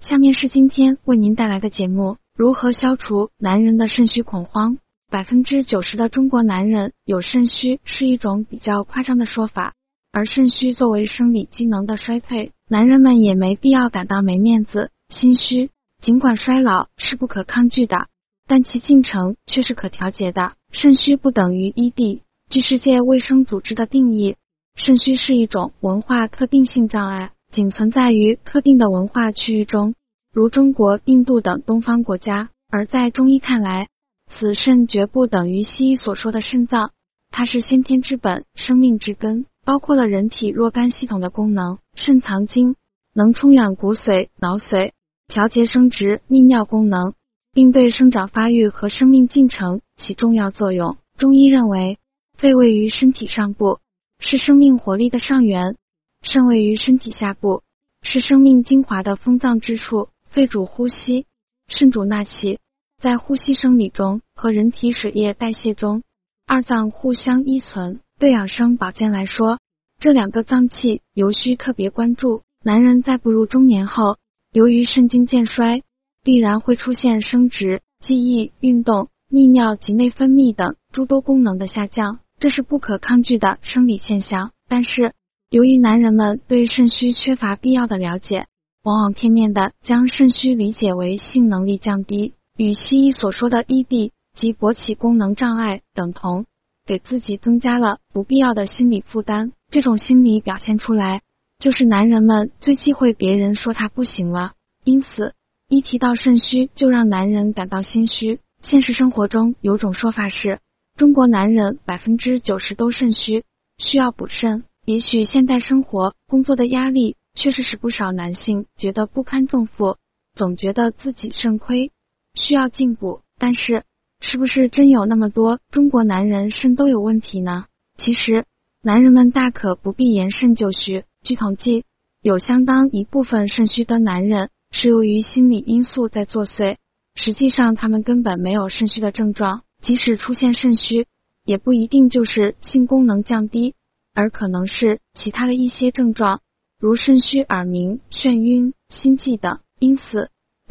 下面是今天为您带来的节目：如何消除男人的肾虚恐慌。90%的中国男人有肾虚是一种比较夸张的说法，而肾虚作为生理机能的衰退，男人们也没必要感到没面子、心虚。尽管衰老是不可抗拒的，但其进程却是可调节的。肾虚不等于ED。据世界卫生组织的定义，肾虚是一种文化特定性障碍，仅存在于特定的文化区域中，如中国、印度等东方国家。而在中医看来，此肾绝不等于西医所说的肾脏，它是先天之本，生命之根，包括了人体若干系统的功能。肾藏精，能充养骨髓、脑髓，调节生殖、泌尿功能，并对生长发育和生命进程起重要作用。中医认为，肺位于身体上部，是生命活力的上源；肾位于身体下部，是生命精华的封藏之处。肺主呼吸，肾主纳气，在呼吸生理中和人体水液代谢中，二脏互相依存。对养生保健来说，这两个脏器尤需特别关注。男人在步入中年后，由于肾精渐衰，必然会出现生殖、记忆、运动、泌尿及内分泌等诸多功能的下降，这是不可抗拒的生理现象。但是，由于男人们对肾虚缺乏必要的了解，往往片面地将肾虚理解为性能力降低，与西医所说的 ED 及勃起功能障碍等同，给自己增加了不必要的心理负担。这种心理表现出来，就是男人们最忌讳别人说他不行了，因此一提到肾虚就让男人感到心虚。现实生活中有种说法是，中国男人90%都肾虚，需要补肾。也许现代生活工作的压力确实使不少男性觉得不堪重负，总觉得自己肾亏，需要进补。但是，是不是真有那么多中国男人肾都有问题呢？其实，男人们大可不必言肾就虚。据统计，有相当一部分肾虚的男人是由于心理因素在作祟，实际上他们根本没有肾虚的症状。即使出现肾虚，也不一定就是性功能降低，而可能是其他的一些症状，如肾虚、耳鸣、眩晕、心悸等。因此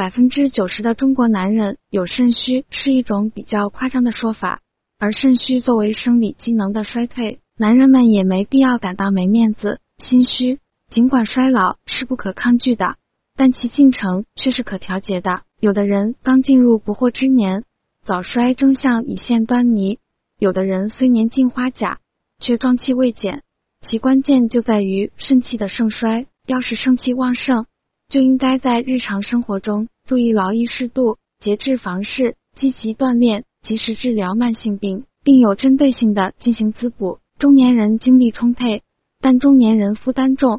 ，90%的中国男人有肾虚是一种比较夸张的说法，而肾虚作为生理机能的衰退，男人们也没必要感到没面子、心虚。尽管衰老是不可抗拒的，但其进程却是可调节的。有的人刚进入不惑之年，早衰征象已现端倪；有的人虽年近花甲，却壮气未减。其关键就在于肾气的盛衰。要是肾气旺盛，就应该在日常生活中注意劳逸适度、节制房事、积极锻炼，及时治疗慢性病，并有针对性的进行滋补。中年人精力充沛，但中年人负担重。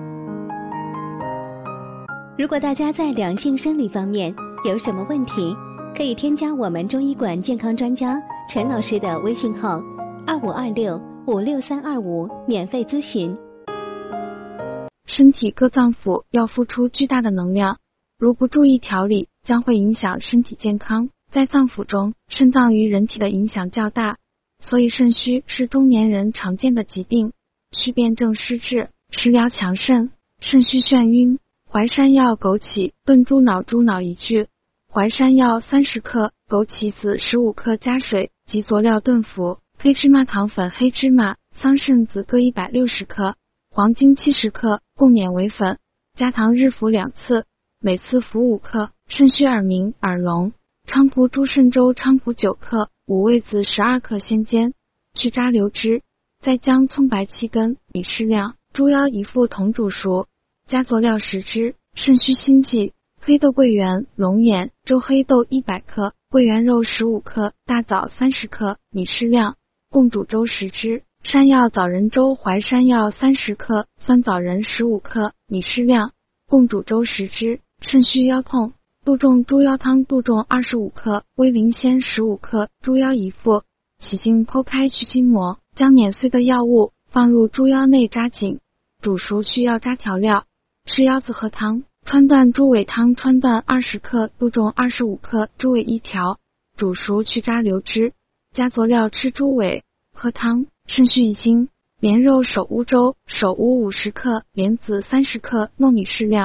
如果大家在两性生理方面有什么问题，可以添加我们中医馆健康专家陈老师的微信号2526-56325免费咨询。 身体各脏腑要付出巨大的能量，如不注意调理，将会影响身体健康。在脏腑中，肾脏于人体的影响较大，所以肾虚是中年人常见的疾病。需辨证施治，食疗强肾。肾虚眩晕，淮山药、枸杞炖猪脑一具，淮山药30克，枸杞子15克加水及佐料炖服。黑芝麻糖粉、黑芝麻、桑葚子各160克，黄精70克，共碾为粉，加糖日服2次，每次服5克。肾虚耳鸣、耳聋，菖蒲猪肾粥菖蒲9克，五味子12克，先煎，去渣留汁，再将葱白7根，米适量，猪腰1副同煮熟，加佐料10支。肾虚心悸，黑豆桂圆、龙眼粥黑豆100克，桂圆肉15克，大枣30克，米适量，共煮粥10支。山药枣仁粥，淮山药30克，酸枣仁15克，米适量，共煮粥10支。肾虚腰痛，杜仲猪腰汤杜仲25克，威灵仙15克，猪腰1副，洗净剖开去筋膜，将碾碎的药物放入猪腰内扎紧，煮熟去药渣调料，吃腰子喝汤。川断猪尾汤，川断20克，杜仲25克，猪尾1条，煮熟去渣留汁，加佐料吃猪尾，喝汤。肾虚遗精，莲肉首乌粥，首乌50克，莲子30克，糯米适量，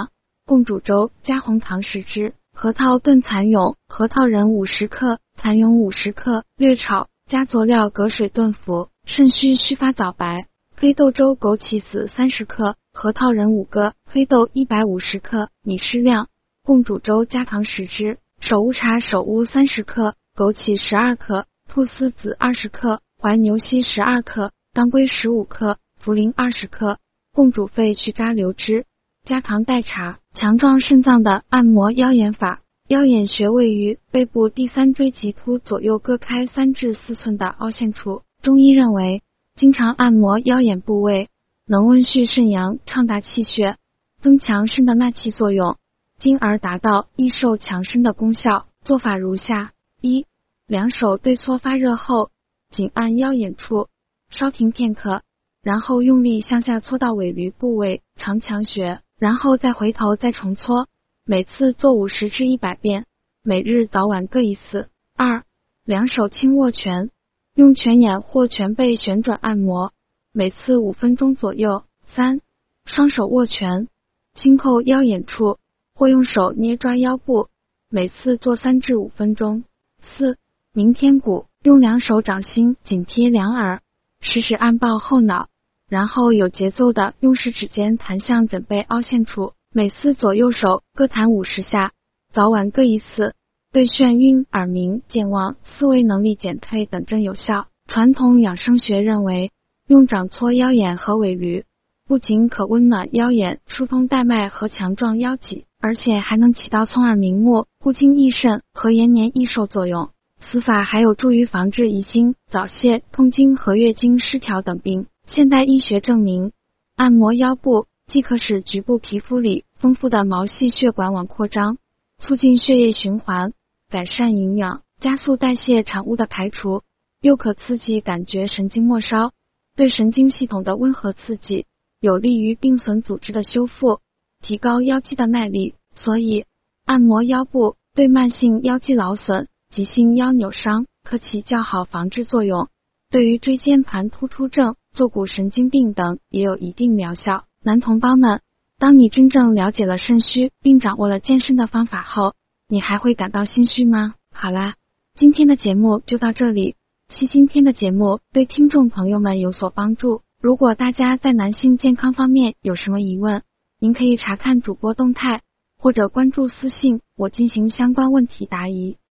共煮粥加红糖10支，核桃炖蚕蛹，核桃仁50克，蚕蛹50克，略炒，加佐料隔水炖服。肾虚须发早白。黑豆粥枸杞子30克，核桃仁5个，黑豆150克，米适量。共煮粥加糖10支，首乌茶首乌30克，枸杞12克，菟丝子20克，怀牛膝12克，当归15克，茯苓20克。共煮沸去渣流汁，加糖代茶。强壮肾脏的按摩腰眼法。腰眼穴位于背部第3椎棘突左右各开3至4寸的凹陷处。中医认为，经常按摩腰眼部位，能温煦肾阳，畅达气血，增强肾的纳气作用，进而达到益寿强身的功效。做法如下：一、两手对搓发热后，紧按腰眼处，稍停片刻，然后用力向下搓到尾闾部位长强穴，然后再回头再重搓，每次做50至100遍，每日早晚各一次。二、两手轻握拳，用拳眼或拳背旋转按摩，每次5分钟左右。三、双手握拳，轻扣腰眼处，或用手捏抓腰部，每次做3至5分钟。四、鸣天鼓，用两手掌心紧贴两耳，食指按抱后脑，然后有节奏的用食指尖弹向枕背凹陷处，每次左右手各弹50下，早晚各一次，对眩晕、耳鸣、健忘、思维能力减退等症有效。传统养生学认为，用掌搓腰眼和尾闾，不仅可温暖腰眼、疏通带脉和强壮腰脊，而且还能起到聪耳明目、护筋益肾和延年益寿作用。此法还有助于防治遗精、早泄、痛经和月经失调等病。现代医学证明，按摩腰部既可使局部皮肤里丰富的毛细血管网扩张，促进血液循环，改善营养，加速代谢产物的排除，又可刺激感觉神经末梢，对神经系统的温和刺激，有利于病损组织的修复，提高腰肌的耐力。所以，按摩腰部对慢性腰肌劳损、急性腰扭伤可起较好防治作用，对于椎间盘突出症、坐骨神经病等也有一定疗效。男同胞们，当你真正了解了肾虚并掌握了健身的方法后，你还会感到心虚吗？好啦，今天的节目就到这里，希今天的节目对听众朋友们有所帮助。如果大家在男性健康方面有什么疑问，您可以查看主播动态，或者关注私信我进行相关问题答疑。